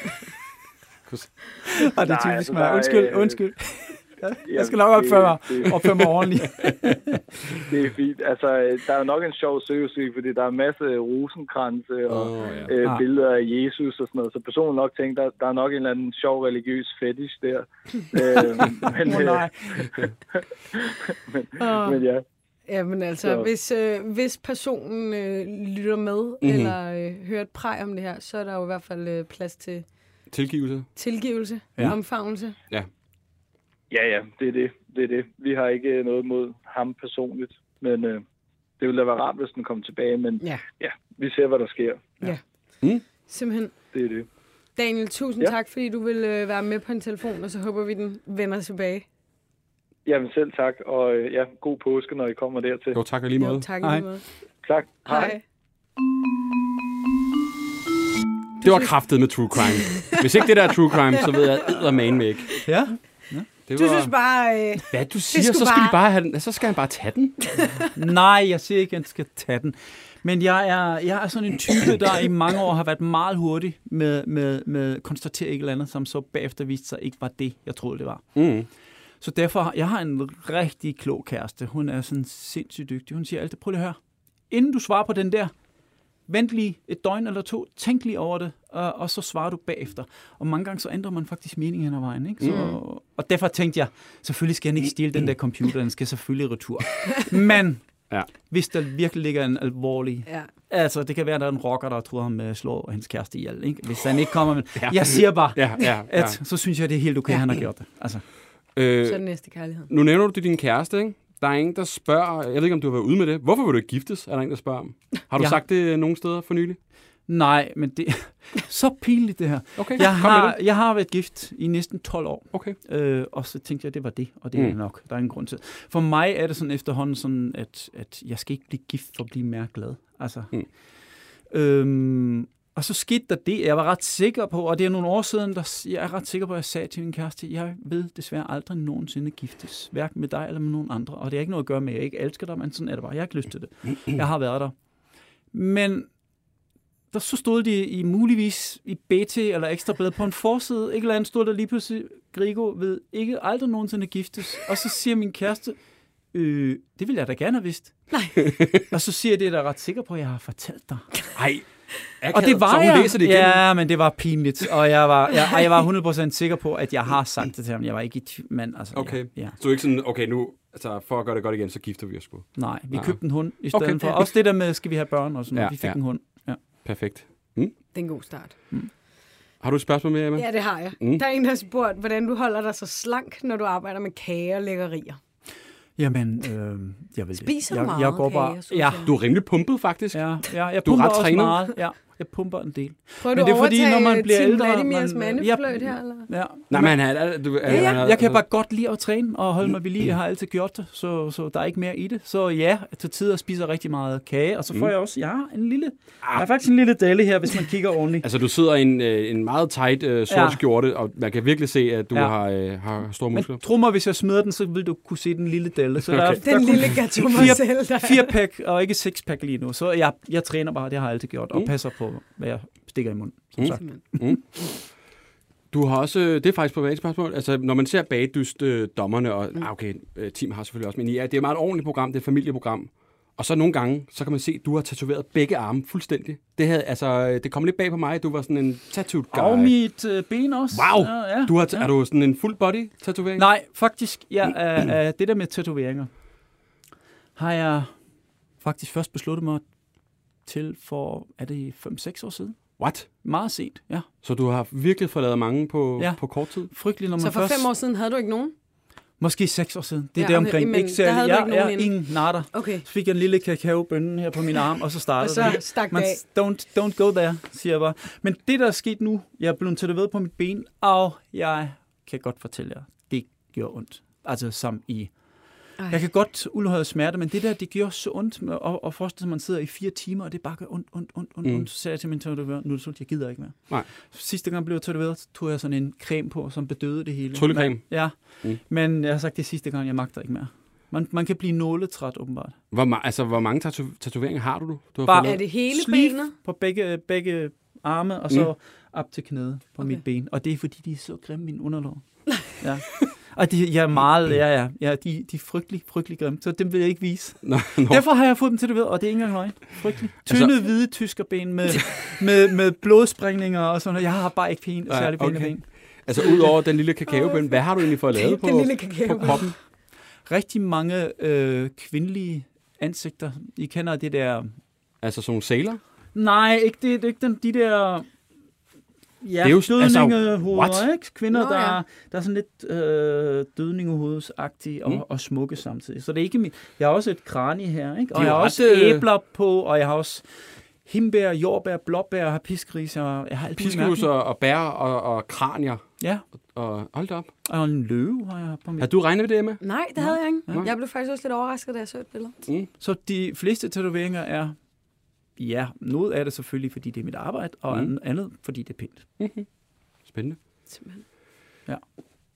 det er typisk mig. Undskyld. Jeg skal nok opføre mig ordentligt. Det er fint. Altså, der er jo nok en sjov søgesøg, fordi der er en masse rosenkranse og billeder af Jesus og sådan noget. Så personen nok tænker, der er nok en eller anden sjov religiøs fetish der. Men ja. Ja, men altså, hvis personen lytter med, eller hører et præg om det her, så er der jo i hvert fald plads til... Tilgivelse. Omfavnelse. Ja. Ja, det er det. Vi har ikke noget mod ham personligt, men det ville da være rart, hvis den kom tilbage, men vi ser, hvad der sker. Ja. Simpelthen. Det er det. Daniel, tusind tak, fordi du vil være med på en telefon, og så håber vi, den vender tilbage. Jamen selv tak, og god påske, når I kommer dertil. Jo, tak og lige måde. Jo, tak og lige måde. Tak. Hej. Det var kraftet med true crime. Hvis ikke det der er true crime, så ved jeg eddermane ikke. Ja. Det du synes bare... Hvad du siger, så skal han bare tage den. Nej, jeg siger ikke, at han skal tage den. Men jeg er sådan en type, der i mange år har været meget hurtig med at konstatere et eller andet, som så bagefter viste sig ikke var det, jeg troede, det var. Mm. Så derfor, jeg har en rigtig klog kæreste. Hun er sådan sindssygt dygtig. Hun siger altid, prøv lige at høre. Inden du svarer på den der, vent lige et døgn eller to, tænk lige over det, og så svarer du bagefter. Og mange gange så ændrer man faktisk meningen hen ad vejen. Ikke? Så, og derfor tænkte jeg, selvfølgelig skal han ikke stjæle den der computer, den skal selvfølgelig retur. Men hvis der virkelig ligger en alvorlig... Altså, det kan være, at der er en rocker, der tror ham med at slå hans kæreste ihjel. Ikke? Hvis han ikke kommer med... Jeg siger bare, at så synes jeg, det er helt okay, han har gjort det. Altså. Så er det næste kærlighed. Nu nævner du din kæreste, ikke? Der er ingen, der spørger, jeg ved ikke, om du har været ude med det. Hvorfor vil du ikke giftes? Er der ingen, der spørger om? Har du sagt det nogen steder for nylig? Nej, men det er så pinligt, det her. Okay, jeg har været gift i næsten 12 år. Okay. Og så tænkte jeg, det var det, og det er nok. Der er ingen grund til. For mig er det sådan efterhånden sådan, at jeg skal ikke blive gift for at blive mere glad. Altså. Og så skete der det. Jeg var ret sikker på, og det er nogle år siden, jeg er ret sikker på, at jeg sagde til min kæreste, jeg vil desværre aldrig nogensinde giftes. Hverken med dig eller med nogen andre. Og det har ikke noget at gøre med, at jeg ikke elsker dig, men sådan er det bare. Jeg har ikke lyst til det. Jeg har været der. Men der så stod de muligvis i BT eller Ekstrabladet på en forside. Ikke eller andet stod der lige pludselig, Grigo ved ikke aldrig nogensinde giftes. Og så siger min kæreste, det vil jeg da gerne have vidst. Nej. Og så siger jeg, det er da ret sikker på, at jeg har fortalt dig. Ej. Og det var så hun læser det igen. Ja, men det var pinligt. Og jeg var 100% sikker på, at jeg har sagt det til ham. Jeg var ikke i tvivl, men altså... Okay. Ja. Så ikke sådan, okay, nu, altså for at gøre det godt igen, så gifter vi os sgu. Nej, vi købte en hund i stedet for. Også det der med, skal vi have børn og sådan noget. Vi fik en hund. Ja. Perfekt. Det er en god start. Har du et spørgsmål med, Emma? Ja, det har jeg. Der er en, der har spurgt, hvordan du holder dig så slank, når du arbejder med kage og lækkerier. Jamen, jeg vil Spiser det. du meget jeg går kage? Ja. Du er rimelig pumpet, faktisk. Ja, jeg du er pumper ret også trænet. meget. Ja, jeg pumper en del. Prøver du at overtage når man bliver ældre, Vladimirs mandefløjt her? Eller? Ja. Nej, men jeg kan bare godt lide at træne og holde mig ved lige. Jeg har altid gjort det, så der er ikke mere i det. Så ja, til tider spiser rigtig meget kage, og så får jeg også, jeg har faktisk en lille dalle her, hvis man kigger ordentligt. Altså, du sidder i en meget tight sort skjorte, og man kan virkelig se, at du har store muskler. Men tro mig, hvis jeg smider den, så vil du kunne se den lille dalle. Så okay. der lille Gato Marcel, der 4-pack og ikke 6-pack lige nu. Så jeg træner bare, det har jeg altid gjort, og passer på, hvad jeg stikker i munden, som sagt. Du har også, det er faktisk på et spørgsmål, altså når man ser Bagdyst dommerne, og team har selvfølgelig også, men det er et meget ordentligt program, det er et familieprogram, og så nogle gange, så kan man se, at du har tatoveret begge arme fuldstændig. Det kom lidt bag på mig, du var sådan en tattooed guy. Og mit ben også. Wow! Ja. Er du sådan en full body tatovering? Nej, faktisk, det der med tatoveringer, har jeg faktisk først besluttet mig til for, er det 5-6 år siden? What? Meget sent, ja. Så du har virkelig fået lavet mange på kort tid? Frygteligt, når man så for 5 år siden havde du ikke nogen? Måske 6 år siden. Det er der omkring. Ikke særlig. Der havde du ikke nogen ingen natter. Okay. Så fik jeg en lille kakaobønne her på min arm, og så startede og så stak det af. Don't go there, siger jeg bare. Men det, der er sket nu, jeg er blevet tatoveret på mit ben, og jeg kan godt fortælle jer, det gjorde ondt. Altså som i... Jeg kan godt udholde smerte, men det der, det gjorde så ondt, og forestille sig, at man sidder i 4 timer, og det bare gør ondt. Så sagde jeg til min tatovør, nu er det slut, jeg gider ikke mere. Nej. Sidste gang blev jeg tatoveret, tog jeg sådan en creme på, som bedøvede det hele. Tryllecreme? Ja, men jeg har sagt, det sidste gang, jeg magter ikke mere. Man kan blive nåletræt, åbenbart. Hvor mange tatoveringer har du? Er det hele benet? På begge arme, og så op til knæet på mit ben. Og det er, fordi de er så grimme, mine underlov. Ja. Og de er meget, de er frygtelig grimme, så dem vil jeg ikke vise. No. Derfor har jeg fået dem til det ved, og det er ikke engang løgn. Frygtelig. Tynde, hvide tyskerben med blodsprængninger og sådan noget. Jeg har bare ikke særlig pæne ben. Altså ud over den lille kakaobøn, hvad har du egentlig fået lavet på kroppen? Rigtig mange kvindelige ansigter. I kender det der... Altså sådan nogle sailor? Nej, ikke de der... Ja, dødningehoveder, ikke? Kvinder, der er sådan lidt dødningehovedsagtige og smukke samtidig. Så det er ikke jeg har også et kranie her, ikke? Og jeg har også æbler på, og jeg har også himbær, jordbær, blåbær, har piskris, og jeg har alt piskus og bær og kranier. Ja. Og hold da op. Og en løve har jeg på mit. Har du regnet med det, Emma? Nej, det havde jeg ikke. Jeg blev faktisk også lidt overrasket, da jeg så et billede. Så de fleste tatoveringer er... Ja, noget af det selvfølgelig, fordi det er mit arbejde, og andet, fordi det er pænt. Spændende. Simpelthen. Ja.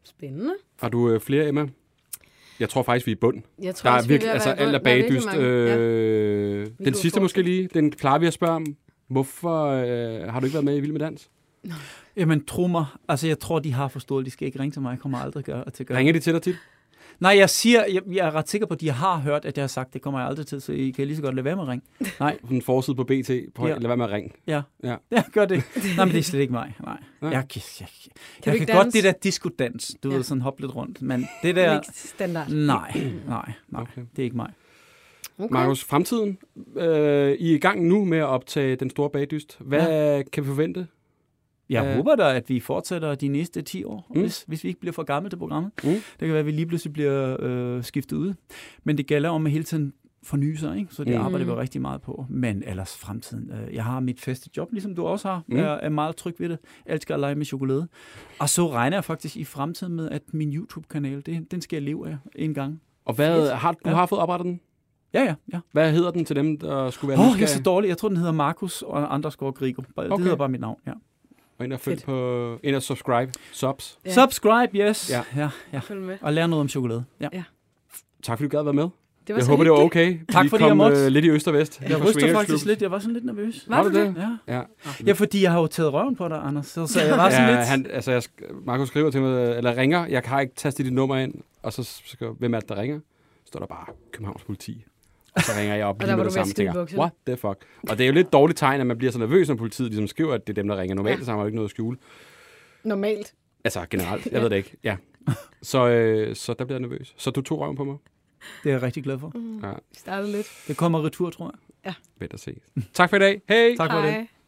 Spændende. Har du flere, Emma? Jeg tror faktisk, vi er i bund. Jeg tror også, virkelig, altså alt er bagdyst. Den sidste måske lige, den klarer vi at spørge om. Hvorfor har du ikke været med i Vild med Dans? Jamen, tro mig. Altså, jeg tror, de har forstået, de skal ikke ringe til mig. Jeg kommer aldrig til at gøre. Ringer de til dig tit? Nej, jeg er ret sikker på, at de har hørt, at jeg har sagt, det kommer jeg aldrig til, så I kan lige så godt lade være med at ringe. Nej. En forside på BT, lad være med at ringe. Ja, gør det. Nej, men det er slet ikke mig. Nej. Jeg kan godt det der disco-dans, du ved, sådan hoppe lidt rundt, men det der... Ikke standard. Nej, okay. Det er ikke mig. Okay. Markus, fremtiden. I er i gang nu med at optage Den Store Bagdyst. Hvad kan vi forvente? Jeg håber da, at vi fortsætter de næste 10 år, hvis vi ikke bliver for gamle til programmet. Det kan være, at vi lige pludselig bliver skiftet ud. Men det gælder om at hele tiden forny sig, ikke? Så det arbejder vi rigtig meget på. Men ellers fremtiden. Jeg har mit faste job, ligesom du også har. Jeg er meget tryg ved det. Jeg elsker at lege med chokolade. Og så regner jeg faktisk i fremtiden med, at min YouTube-kanal, den skal jeg leve af en gang. Og hvad har fået oprettet den? Ja. Hvad hedder den til dem, der skulle være nysgerrige? Jeg er så dårlig. Jeg tror, den hedder Markus og _Grigo. Det hedder bare mit navn, ja. Og ind og subscribe. Ja. Subscribe, yes. Ja. Følg med. Og lære noget om chokolade. Ja. Tak fordi du gad at være med. Jeg håber, det var okay. Tak fordi jeg måtte. Lidt i øst og vest. Jeg ryster faktisk lidt. Jeg var sådan lidt nervøs. Var du det? Ja, fordi jeg har jo taget røven på dig, Anders. Så jeg var sådan lidt... Markus skriver til mig, eller ringer. Jeg har ikke tastet dit nummer ind. Og så skriver, hvem er det, der ringer? Så står der bare Københavns Politi. Og så ringer jeg op lige med det samme ting. What the fuck? Og det er jo lidt dårligt tegn, at man bliver så nervøs, når politiet ligesom skriver, at det er dem, der ringer. Normalt, så har man jo ikke noget at skjule. Normalt? Altså generelt. Jeg ved det ikke. Ja. Så der bliver jeg nervøs. Så du tog røven på mig? Det er jeg rigtig glad for. Ja. Startede lidt. Det kommer retur, tror jeg. Ja. Fedt at se. Tak for i dag. Hej! Tak for det.